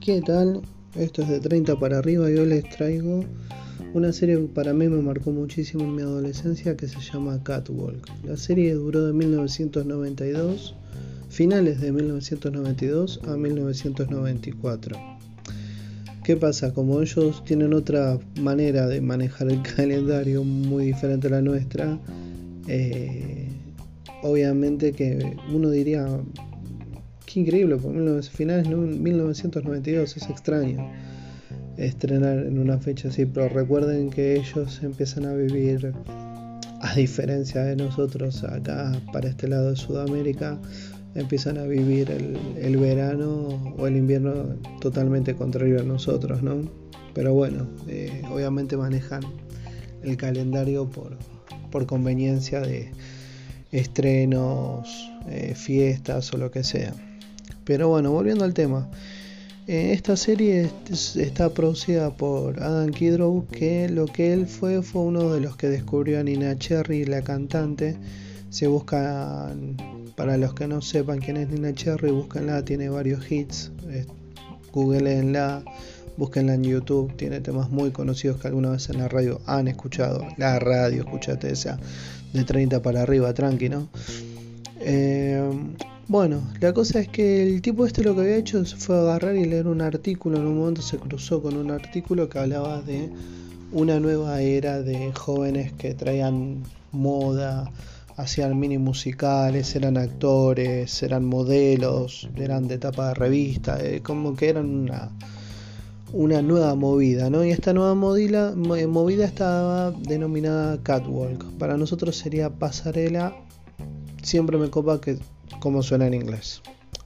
¿Qué tal? Esto es de 30 para arriba y hoy les traigo una serie que para mí me marcó muchísimo en mi adolescencia que se llama Catwalk. La serie duró de 1992, finales de 1992 a 1994. ¿Qué pasa? Como ellos tienen otra manera de manejar el calendario muy diferente a la nuestra, obviamente que uno diría, qué increíble, porque finales de 1992 es extraño estrenar en una fecha así, pero recuerden que ellos empiezan a vivir, a diferencia de nosotros acá para este lado de Sudamérica, empiezan a vivir el verano o el invierno totalmente contrario a nosotros, ¿no? Pero bueno, obviamente manejan el calendario por conveniencia de estrenos, fiestas o lo que sea. Pero bueno, volviendo al tema, esta serie está producida por Adam Kidrow, que lo que él fue uno de los que descubrió a Nina Cherry, la cantante. Se buscan, para los que no sepan quién es Nina Cherry, búsquenla, tiene varios hits, googleenla, búsquenla en YouTube, tiene temas muy conocidos que alguna vez en la radio han escuchado. La radio, escuchate esa de 30 para arriba, tranqui, ¿no? Bueno, la cosa es que el tipo lo que había hecho fue agarrar y leer un artículo. En un momento se cruzó con un artículo que hablaba de una nueva era de jóvenes que traían moda, hacían mini musicales, eran actores, eran modelos, eran de tapa de revista, como que eran una nueva movida, ¿no? Y esta nueva movida estaba denominada Catwalk. Para nosotros sería pasarela. Siempre me copa que como suena en inglés.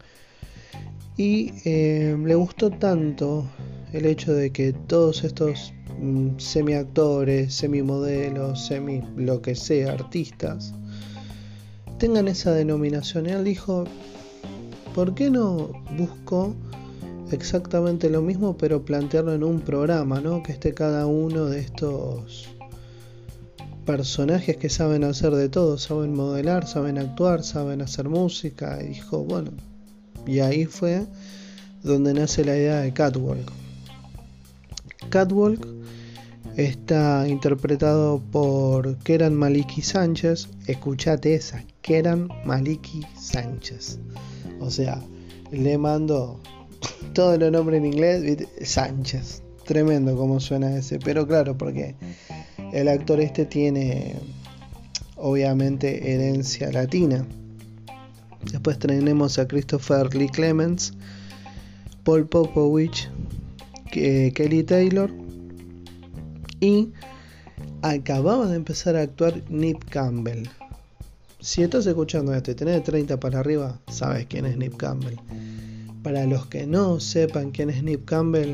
Y le gustó tanto el hecho de que todos estos semi-actores, semi-modelos, lo que sea, artistas, tengan esa denominación. Y él dijo, ¿por qué no busco exactamente lo mismo, pero plantearlo en un programa, ¿no? Que esté cada uno de estos personajes que saben hacer de todo, saben modelar, saben actuar, saben hacer música. Y dijo, bueno, y ahí fue donde nace la idea de Catwalk. Catwalk está interpretado por Keran Maliki Sánchez. Escuchate esa, Keran Maliki Sánchez. O sea, le mando todos los nombres en inglés, ¿viste? Sánchez. Tremendo como suena ese. Pero claro, porque el actor tiene obviamente herencia latina. Después tenemos a Christopher Lee Clements, Paul Popovich, Kelly Taylor, y acababa de empezar a actuar Neve Campbell. Si estás escuchando esto y tenés de 30 para arriba, sabes quién es Neve Campbell. Para los que no sepan quién es Neve Campbell,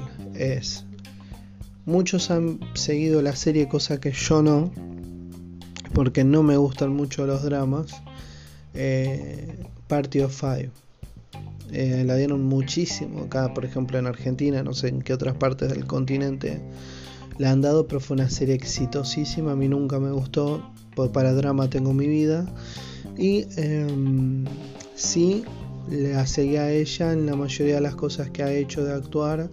muchos han seguido la serie, cosa que yo no, porque no me gustan mucho los dramas. Party of Five, la dieron muchísimo acá, por ejemplo en Argentina, no sé en qué otras partes del continente la han dado, pero fue una serie exitosísima. A mí nunca me gustó, porque para drama tengo mi vida. Y sí, la seguí a ella en la mayoría de las cosas que ha hecho de actuar,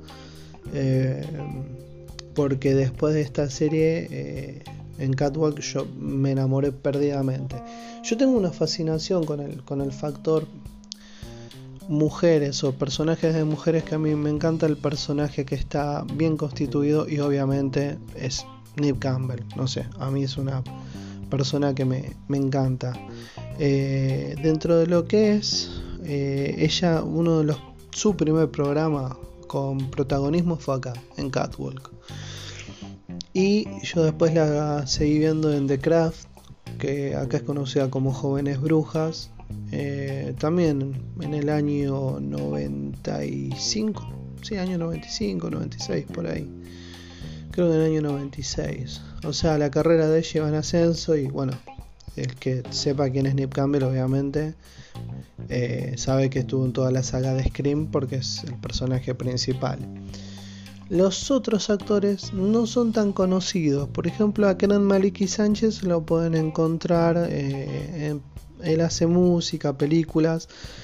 porque después de esta serie, en Catwalk, yo me enamoré perdidamente. Yo tengo una fascinación con el factor mujeres o personajes de mujeres, que a mí me encanta el personaje que está bien constituido, y obviamente es Neve Campbell. No sé, a mí es una persona que me encanta. Dentro de lo que es ella, su primer programa con protagonismo fue acá, en Catwalk. Y yo después la seguí viendo en The Craft, que acá es conocida como Jóvenes Brujas, también en el año 95, sí, año 95, 96, por ahí. Creo que en el año 96. O sea, la carrera de ella iba en ascenso, y bueno, el que sepa quién es Neve Campbell, obviamente, sabe que estuvo en toda la saga de Scream, porque es el personaje principal. Los otros actores no son tan conocidos. Por ejemplo, a Keran Maliki Sánchez lo pueden encontrar, él hace música, películas.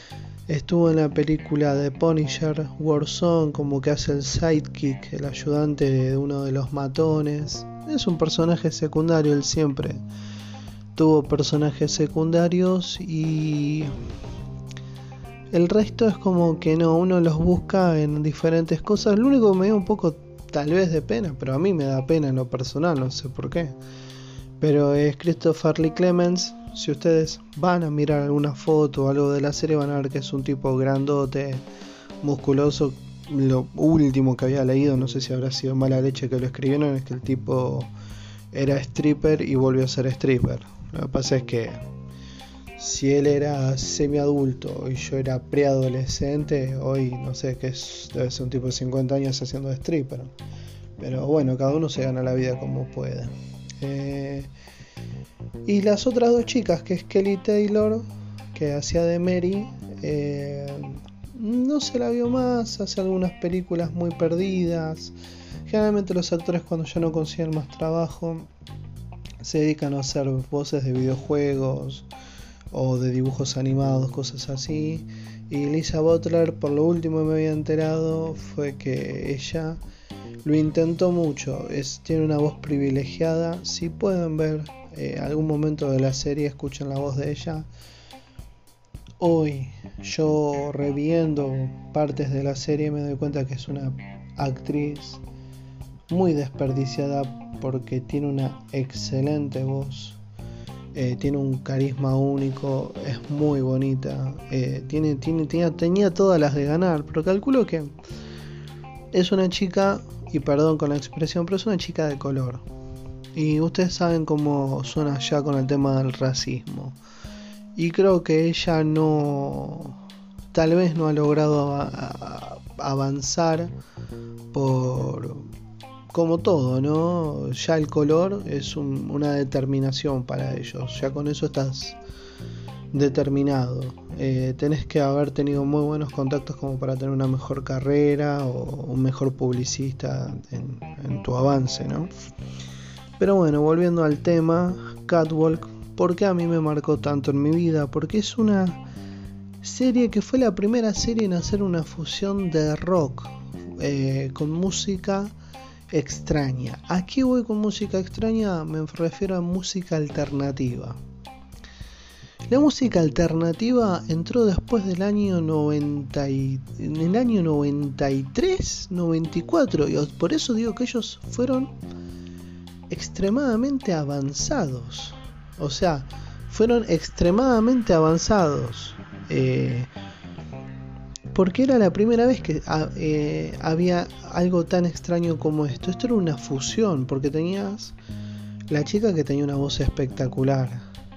Estuvo en la película de Punisher, Warzone, como que hace el sidekick, el ayudante de uno de los matones. Es un personaje secundario, él siempre tuvo personajes secundarios y el resto es como que no, uno los busca en diferentes cosas. Lo único que me da un poco tal vez de pena, pero a mí me da pena en lo personal, no sé por qué. Pero es Christopher Lee Clements. Si ustedes van a mirar alguna foto o algo de la serie, van a ver que es un tipo grandote, musculoso. Lo último que había leído, no sé si habrá sido mala leche que lo escribieron, es que el tipo era stripper y volvió a ser stripper. Lo que pasa es que si él era semiadulto y yo era preadolescente, hoy no sé, debe ser un tipo de 50 años haciendo de stripper. Pero bueno, cada uno se gana la vida como puede. Y las otras dos chicas, que es Kelly Taylor, que hacía de Mary, no se la vio más, hace algunas películas muy perdidas. Generalmente los actores, cuando ya no consiguen más trabajo, se dedican a hacer voces de videojuegos o de dibujos animados, cosas así. Y Lisa Butler, por lo último que me había enterado, fue que ella lo intentó mucho. Tiene una voz privilegiada. Si pueden ver algún momento de la serie, escuchen la voz de ella. Hoy, yo reviendo partes de la serie, me doy cuenta que es una actriz muy desperdiciada porque tiene una excelente voz. Tiene un carisma único, es muy bonita, tenía todas las de ganar, pero calculo que es una chica, y perdón con la expresión, pero es una chica de color. Y ustedes saben cómo suena ya con el tema del racismo. Y creo que ella tal vez no ha logrado avanzar como todo, ¿no? Ya el color es una determinación para ellos. Ya con eso estás determinado. Tenés que haber tenido muy buenos contactos como para tener una mejor carrera o un mejor publicista en tu avance, ¿no? Pero bueno, volviendo al tema, Catwalk, ¿por qué a mí me marcó tanto en mi vida? Porque es una serie que fue la primera serie en hacer una fusión de rock con música extraña. Aquí voy con música extraña, me refiero a música alternativa. La música alternativa entró después del año 90 en el año 93, 94, y por eso digo que ellos fueron extremadamente avanzados. O sea, fueron extremadamente avanzados. Porque era la primera vez que había algo tan extraño como esto. Esto era una fusión, porque tenías la chica que tenía una voz espectacular,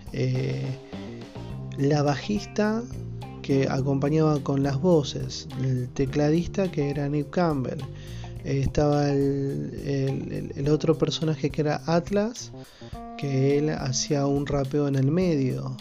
la bajista que acompañaba con las voces, el tecladista que era Neve Campbell, estaba el otro personaje que era Atlas, que él hacía un rapeo en el medio,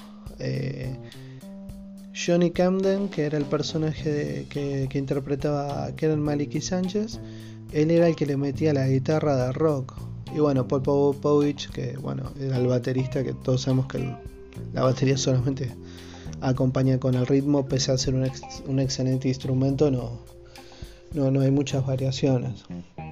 Johnny Camden, que era el personaje que interpretaba, que era el Maliki Sánchez, él era el que le metía la guitarra de rock. Y bueno, Paul Popovich, que bueno, era el baterista, que todos sabemos que la batería solamente acompaña con el ritmo, pese a ser un excelente instrumento, no hay muchas variaciones.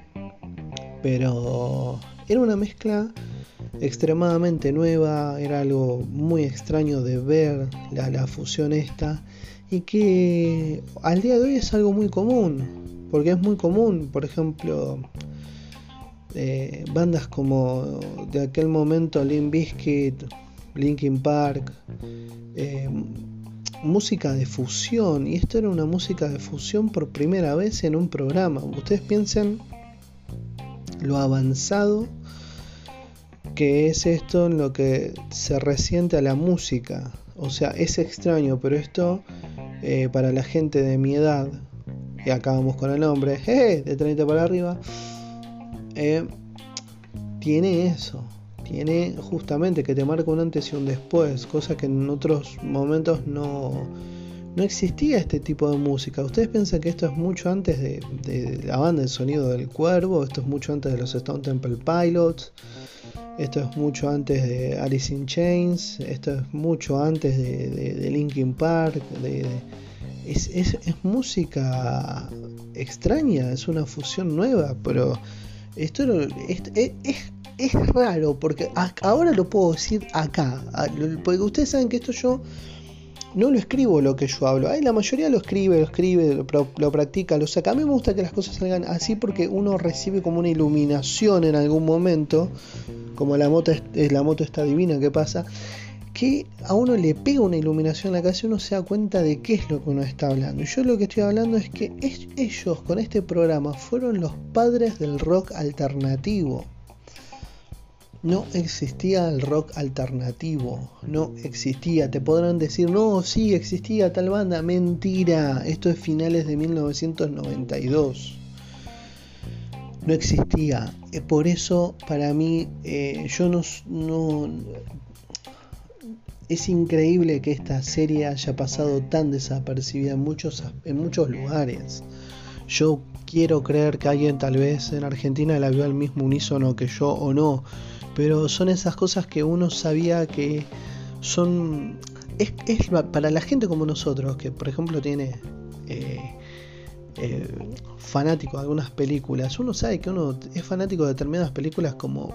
Pero era una mezcla extremadamente nueva, era algo muy extraño de ver la fusión esta, y que al día de hoy es algo muy común, porque es muy común, por ejemplo, bandas como de aquel momento Limp Bizkit, Linkin Park, música de fusión, y esto era una música de fusión por primera vez en un programa. Ustedes piensen lo avanzado que es esto en lo que se resiente a la música. O sea, es extraño, pero esto para la gente de mi edad, y acá vamos con el nombre, de 30 para arriba, tiene eso, tiene justamente que te marca un antes y un después, cosa que en otros momentos no existía este tipo de música. Ustedes piensan que esto es mucho antes de la banda El Sonido del Cuervo, esto es mucho antes de los Stone Temple Pilots, esto es mucho antes de Alice in Chains, esto es mucho antes de Linkin Park, es música extraña, es una fusión nueva, pero esto es raro, porque ahora lo puedo decir acá, porque ustedes saben que esto yo no lo escribo lo que yo hablo. La mayoría lo escribe, lo practica, lo saca. A mí me gusta que las cosas salgan así porque uno recibe como una iluminación en algún momento, como la moto está divina que pasa, que a uno le pega una iluminación en la cabeza y uno se da cuenta de qué es lo que uno está hablando. Y yo lo que estoy hablando es que ellos con este programa fueron los padres del rock alternativo. No existía el rock alternativo, no existía. Te podrán decir, no, sí, existía tal banda. Mentira, esto es finales de 1992. No existía. Por eso, para mí, es increíble que esta serie haya pasado tan desapercibida en muchos lugares. Yo quiero creer que alguien tal vez en Argentina la vio al mismo unísono que yo o no. Pero son esas cosas que uno sabía que son... Es para la gente como nosotros, que por ejemplo tiene fanático de algunas películas. Uno sabe que uno es fanático de determinadas películas como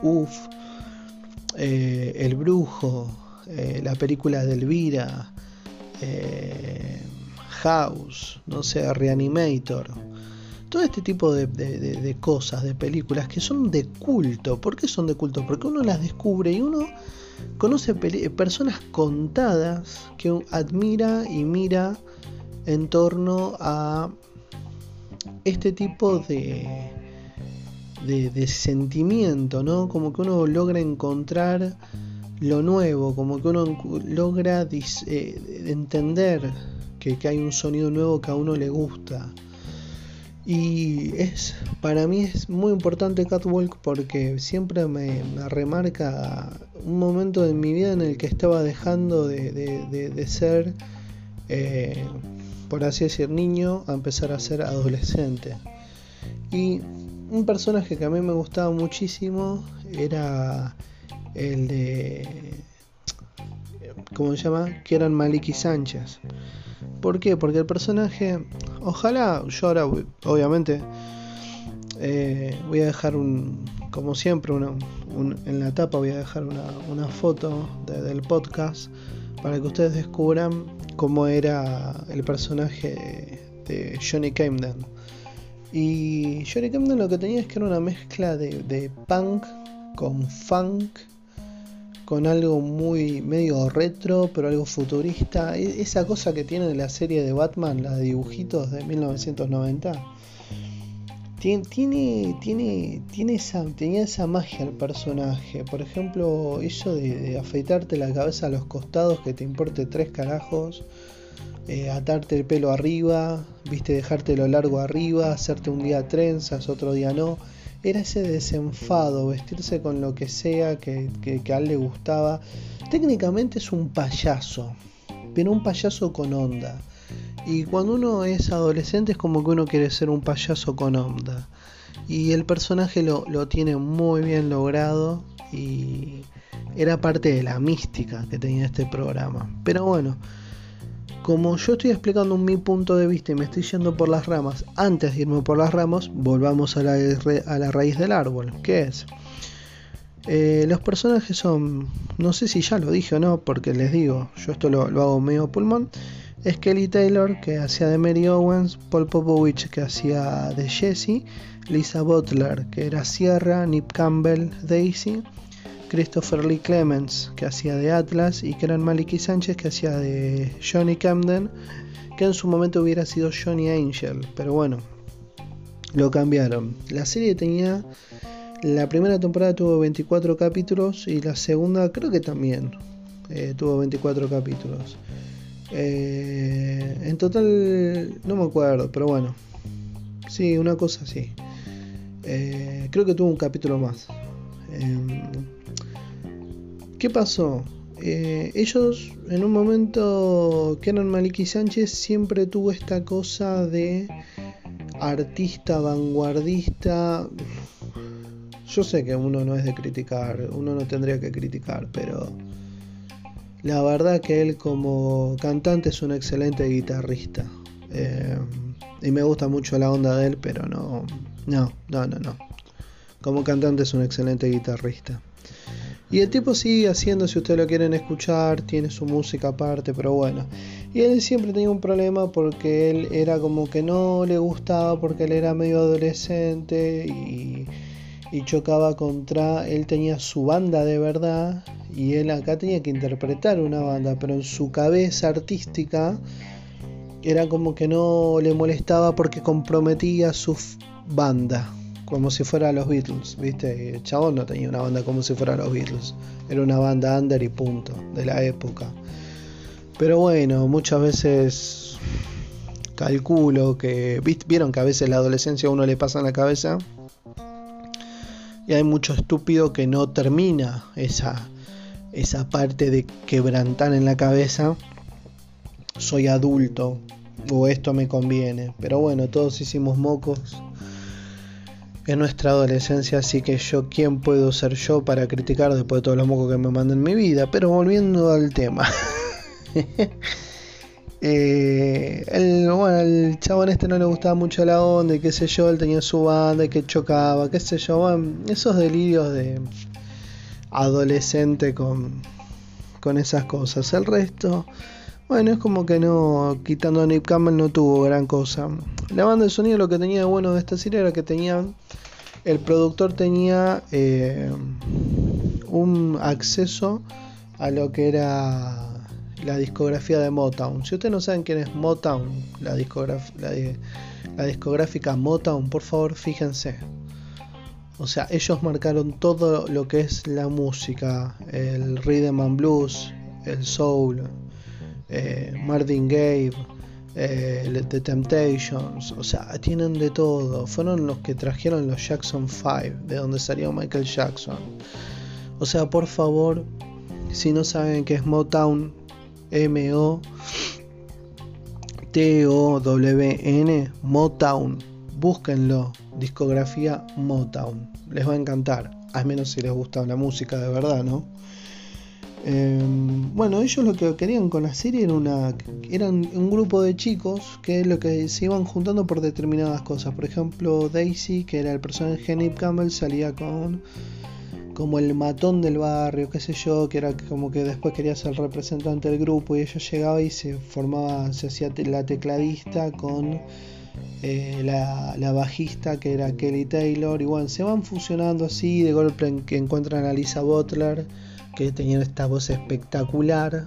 El Brujo, la película de Elvira, House, no sé, Reanimator. Todo este tipo de cosas, de películas que son de culto. ¿Por qué son de culto? Porque uno las descubre y uno conoce personas contadas que admira y mira en torno a este tipo de sentimiento, ¿no? Como que uno logra encontrar lo nuevo, como que uno logra entender que hay un sonido nuevo que a uno le gusta. Y para mí es muy importante Catwalk porque siempre me remarca un momento de mi vida en el que estaba dejando de ser, por así decir, niño a empezar a ser adolescente. Y un personaje que a mí me gustaba muchísimo era el de, ¿cómo se llama? Kieran Maliki Sánchez. ¿Por qué? Porque el personaje, ojalá, yo ahora obviamente voy a dejar como siempre en la tapa voy a dejar una foto del podcast para que ustedes descubran cómo era el personaje de Johnny Camden. Y Johnny Camden lo que tenía es que era una mezcla de punk con funk, con algo muy medio retro, pero algo futurista. Esa cosa que tiene de la serie de Batman, la de dibujitos de 1990. Tenía esa magia el personaje. Por ejemplo, eso de afeitarte la cabeza a los costados, que te importe 3 carajos. Atarte el pelo arriba, dejártelo largo arriba, hacerte un día trenzas, otro día no. Era ese desenfado, vestirse con lo que sea que a él le gustaba. Técnicamente es un payaso, pero un payaso con onda. Y cuando uno es adolescente es como que uno quiere ser un payaso con onda. Y el personaje lo tiene muy bien logrado y era parte de la mística que tenía este programa. Pero bueno, como yo estoy explicando mi punto de vista y me estoy yendo por las ramas, antes de irme por las ramas, volvamos a la raíz del árbol. ¿Qué es? Los personajes son, no sé si ya lo dije o no, porque les digo, yo esto lo hago medio pulmón. Es Kelly Taylor, que hacía de Mary Owens, Paul Popovich, que hacía de Jessie, Lisa Butler, que era Sierra, Nip Campbell, Daisy, Christopher Lee Clements, que hacía de Atlas, y Kieran Maliki Sánchez, que hacía de Johnny Camden, que en su momento hubiera sido Johnny Angel, pero bueno, lo cambiaron. La serie la primera temporada tuvo 24 capítulos y la segunda creo que también tuvo 24 capítulos. En total no me acuerdo, pero bueno, sí, una cosa así. Creo que tuvo un capítulo más. ¿Qué pasó? Ellos en un momento, Kieran Maliki Sánchez siempre tuvo esta cosa de artista vanguardista. Yo sé que uno no es de criticar, uno no tendría que criticar, pero la verdad que él como cantante es un excelente guitarrista. Y me gusta mucho la onda de él, pero no. Como cantante es un excelente guitarrista. Y el tipo sigue haciendo, si ustedes lo quieren escuchar, tiene su música aparte, pero bueno. Y él siempre tenía un problema porque él era como que no le gustaba, porque él era medio adolescente y chocaba contra... Él tenía su banda de verdad y él acá tenía que interpretar una banda, pero en su cabeza artística era como que no le molestaba porque comprometía su banda. Como si fuera los Beatles, ¿viste? El chabón no tenía una banda como si fuera los Beatles. Era una banda under y punto, de la época. Pero bueno, muchas veces calculo que... ¿Vieron que a veces la adolescencia a uno le pasa en la cabeza? Y hay mucho estúpido que no termina esa parte de quebrantar en la cabeza. Soy adulto, o esto me conviene. Pero bueno, todos hicimos mocos en nuestra adolescencia, así que ¿quién puedo ser yo para criticar después de todos los mocos que me mandan en mi vida? Pero volviendo al tema. El chabón no le gustaba mucho la onda y qué sé yo, él tenía su banda y que chocaba, qué sé yo, esos delirios de adolescente con esas cosas. El resto, bueno, es como que no, quitando a Neve Campbell no tuvo gran cosa. La banda de sonido, lo que tenía de bueno de esta serie era que el productor tenía un acceso a lo que era la discografía de Motown. Si ustedes no saben quién es Motown, la discográfica Motown, por favor fíjense. O sea, ellos marcaron todo lo que es la música, el rhythm and blues, el soul, Marvin Gaye, The Temptations, o sea, tienen de todo. Fueron los que trajeron los Jackson 5, de donde salió Michael Jackson. O sea, por favor, si no saben qué es Motown, M-O-T-O-W-N, Motown, búsquenlo, discografía Motown, les va a encantar, al menos si les gusta la música de verdad, ¿no? Bueno, ellos lo que querían con la serie eran un grupo de chicos que lo que se iban juntando por determinadas cosas. Por ejemplo, Daisy, que era el personaje de Neve Campbell, salía como el matón del barrio, qué sé yo, que era como que después quería ser representante del grupo, y ella llegaba y se hacía la tecladista con la bajista, que era Kelly Taylor, y bueno, se van fusionando así. De golpe que encuentran a Lisa Butler, que tenía esta voz espectacular,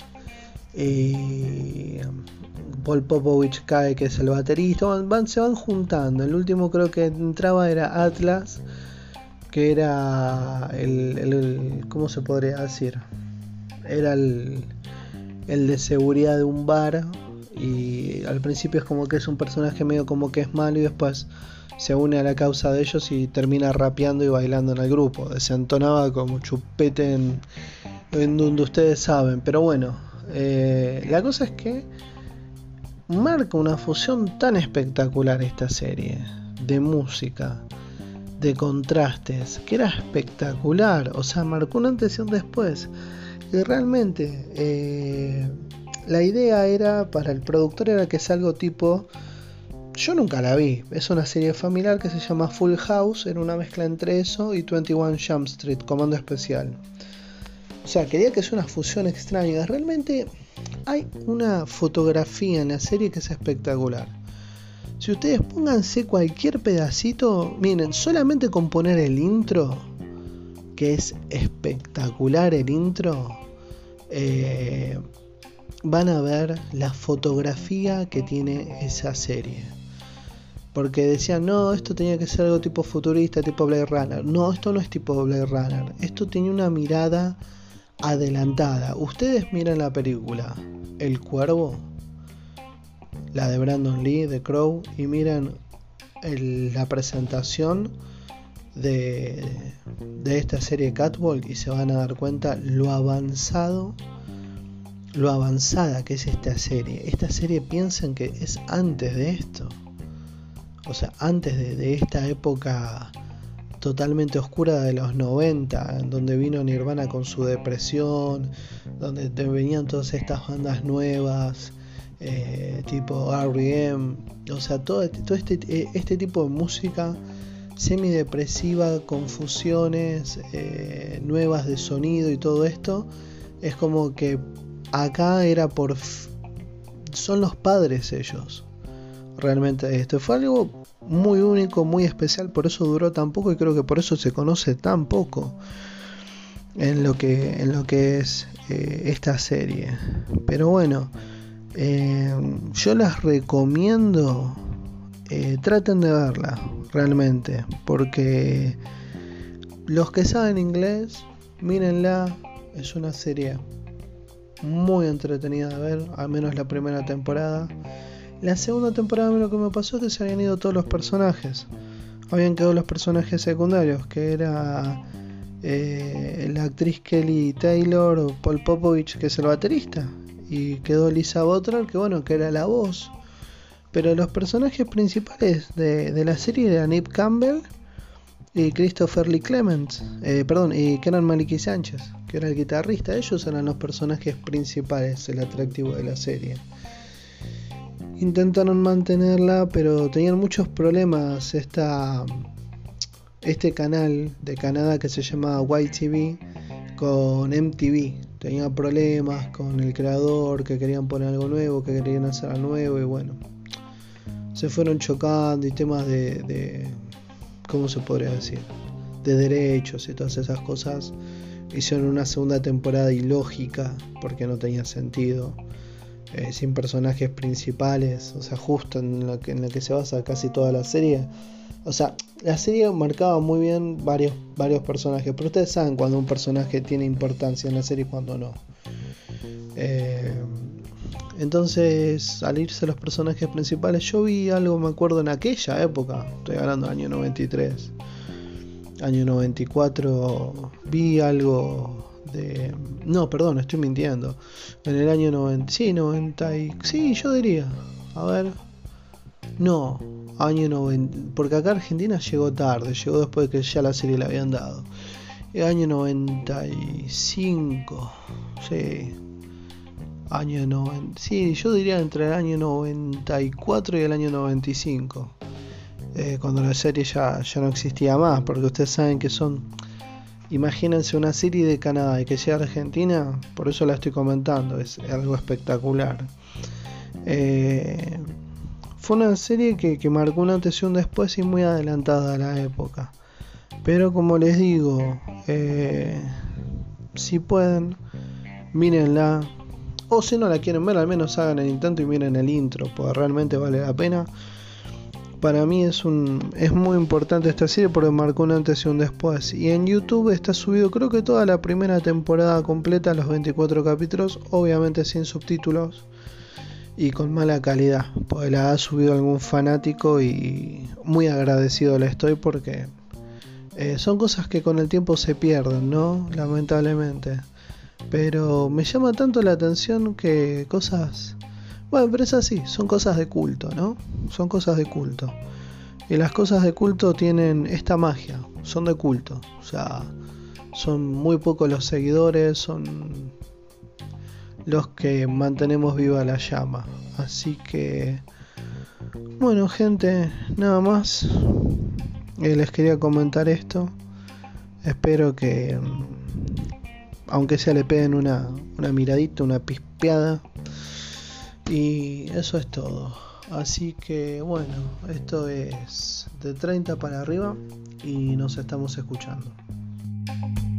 Paul Popovich cae, que es el baterista, se van juntando. El último creo que entraba era Atlas, que era el ¿cómo se podría decir? Era el de seguridad de un bar, y al principio es como que es un personaje medio como que es malo, y después se une a la causa de ellos y termina rapeando y bailando en el grupo. Desentonaba como chupete en donde ustedes saben. Pero bueno, la cosa es que marca una fusión tan espectacular esta serie de música, de contrastes, que era espectacular. O sea, marcó un antes y un después. Y realmente la idea era, para el productor, era que es algo tipo... Yo nunca la vi, es una serie familiar que se llama Full House, era una mezcla entre eso y 21 Jump Street, Comando Especial. O sea, quería que sea una fusión extraña. Realmente hay una fotografía en la serie que es espectacular. Si ustedes pónganse cualquier pedacito, miren, solamente con poner el intro, que es espectacular el intro, van a ver la fotografía que tiene esa serie. Porque decían, no, esto tenía que ser algo tipo futurista, tipo Blade Runner. No, esto no es tipo Blade Runner. Esto tenía una mirada adelantada. Ustedes miran la película El Cuervo, la de Brandon Lee, The Crow, y miran la presentación de esta serie Catwalk, y se van a dar cuenta lo avanzada que es esta serie. Esta serie, piensan que es antes de esto. O sea, antes de esta época totalmente oscura de los 90, en donde vino Nirvana con su depresión, donde venían todas estas bandas nuevas, tipo R.E.M., o sea, todo este tipo de música semidepresiva, con fusiones nuevas de sonido y todo esto, es como que acá era son los padres ellos. Realmente esto fue algo muy único, muy especial, por eso duró tan poco y creo que por eso se conoce tan poco en lo que es esta serie. Pero bueno, yo las recomiendo, traten de verla realmente, porque los que saben inglés, mírenla, es una serie muy entretenida de ver, al menos la primera temporada. La segunda temporada lo que me pasó es que se habían ido todos los personajes, habían quedado los personajes secundarios, que era la actriz Kelly Taylor o Paul Popovich, que es el baterista, y quedó Lisa Butler, que era la voz. Pero los personajes principales de la serie eran Neve Campbell y Christopher Lee Clements, y Kenan Maliki Sánchez, que era el guitarrista. Ellos eran los personajes principales, el atractivo de la serie. Intentaron mantenerla, pero tenían muchos problemas este canal de Canadá que se llama YTV con MTV. Tenía problemas con el creador, que querían poner algo nuevo, que querían hacer algo nuevo, y bueno, se fueron chocando, y temas de ¿cómo se podría decir? De derechos y todas esas cosas. Hicieron una segunda temporada ilógica porque no tenía sentido, sin personajes principales, o sea, justo en la que se basa casi toda la serie. O sea, la serie marcaba muy bien varios personajes, pero ustedes saben cuando un personaje tiene importancia en la serie y cuando no. Entonces, al irse los personajes principales, yo vi algo, me acuerdo, en aquella época, estoy hablando del año 93, año 94, vi algo de... No, perdón, estoy mintiendo. En el año 90, sí, yo diría, a ver, no, año 90, porque acá Argentina llegó tarde, llegó después de que ya la serie la habían dado. El año 95, sí. Año 90, sí, yo diría entre el año 94 y el año 95, cuando la serie ya no existía más, porque ustedes saben que imagínense una serie de Canadá y que sea Argentina, por eso la estoy comentando, es algo espectacular. Fue una serie que marcó un antes y un después y muy adelantada a la época, pero como les digo, si pueden, mírenla. O si no la quieren ver, al menos hagan el intento y miren el intro, porque realmente vale la pena. Para mí es muy importante esta serie porque marcó un antes y un después. Y en YouTube está subido, creo que toda la primera temporada completa, los 24 capítulos, obviamente sin subtítulos y con mala calidad, porque la ha subido algún fanático y muy agradecido le estoy, porque son cosas que con el tiempo se pierden, ¿no? Lamentablemente. Pero me llama tanto la atención que cosas... Bueno, pero es así, son cosas de culto, ¿no? Son cosas de culto. Y las cosas de culto tienen esta magia, son de culto. O sea, son muy pocos los seguidores, son los que mantenemos viva la llama. Así que... Bueno, gente, nada más. Les quería comentar esto. Espero que... aunque sea le peguen una miradita, una pispeada. Y eso es todo. Así que bueno, esto es de 30 para arriba y nos estamos escuchando.